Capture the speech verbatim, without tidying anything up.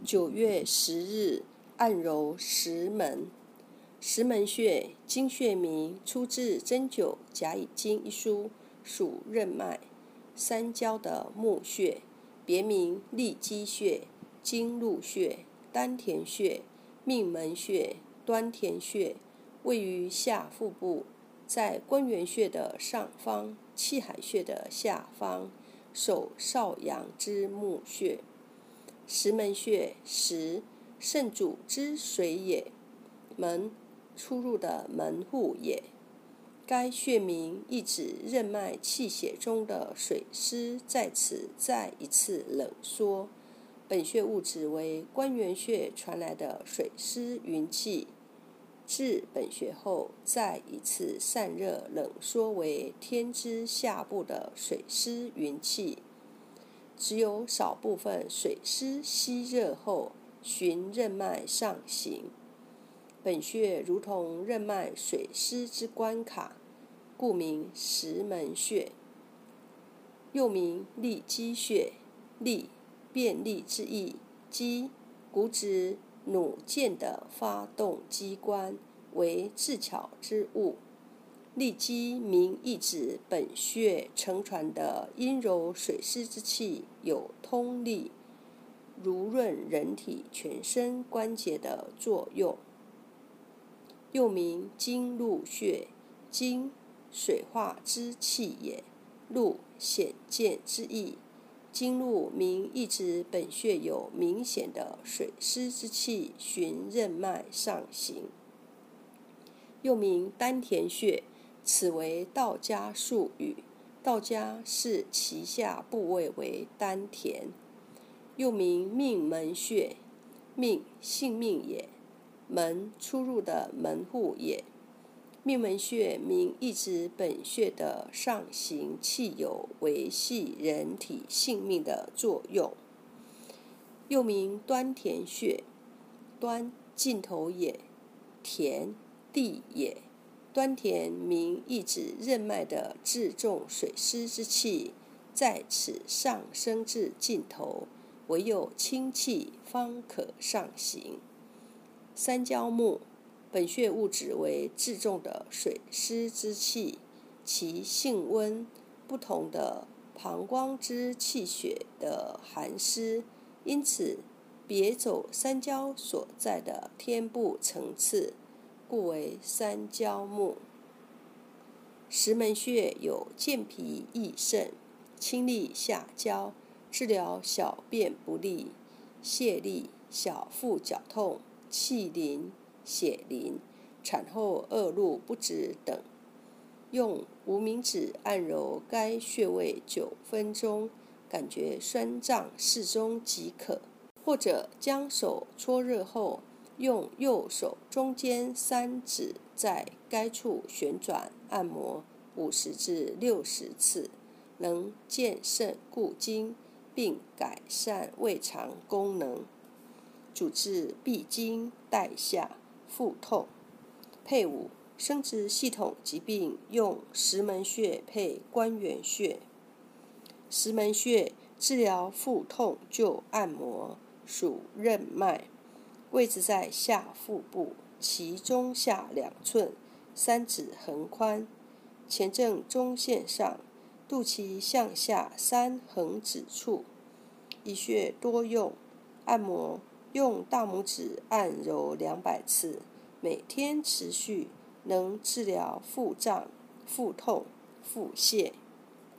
九月十日，按揉石门。石门穴，经穴名，出自《针灸甲乙经》一书，属任脉、三焦的募穴，别名利基穴、经络穴、丹田穴、命门穴、端田穴，位于下腹部，在关元穴的上方，气海穴的下方，手少阳之募穴。石门穴，石，肾主之水也，门，出入的门户也。该穴名意指任脉气血中的水湿在此再一次冷缩。本穴物质为关元穴传来的水湿云气，至本穴后再一次散热冷缩为天之下部的水湿云气。只有少部分水湿吸热后，循任脉上行。本穴如同任脉水湿之关卡，故名石门穴。又名利基穴，利，便利之意，基，古指弩箭的发动机关，为智巧之物。利基名意指本穴承传的阴柔水湿之气有通利、濡润人体全身关节的作用。又名经络穴，经，水化之气也，络，显见之意。经络名意指本穴有明显的水湿之气循任脉上行。又名丹田穴，此为道家术语，道家视其下部位为丹田。又名命门穴，命，性命也，门，出入的门户也。命门穴名意指本穴的上行气有维系人体性命的作用。又名端田穴，端，尽头也，田，地也。端田名意指任脉的至重水湿之气在此上升至尽头，唯有清气方可上行。三焦木，本穴物质为至重的水湿之气，其性温，不同的膀胱之气血的寒湿，因此别走三焦所在的天部层次，故为三焦木。石门穴有健脾益肾、清利下焦、治疗小便不利、泄痢、小腹绞痛、气淋、血淋、产后恶露不止等。用无名指按揉该穴位九分钟，感觉酸胀适中即可。或者将手搓热后，用右手中间三指在该处旋转按摩五十至六十次，能健肾固精，并改善胃肠功能，主治闭经、带下、腹痛。配伍生殖系统疾病，用石门穴配关元穴。石门穴治疗腹痛就按摩，属任脉，位置在下腹部，其中下两寸，三指横宽，前正中线上，肚脐向下三横指处。一穴多用，按摩用大拇指按揉两百次，每天持续，能治疗腹胀、腹痛、腹泻。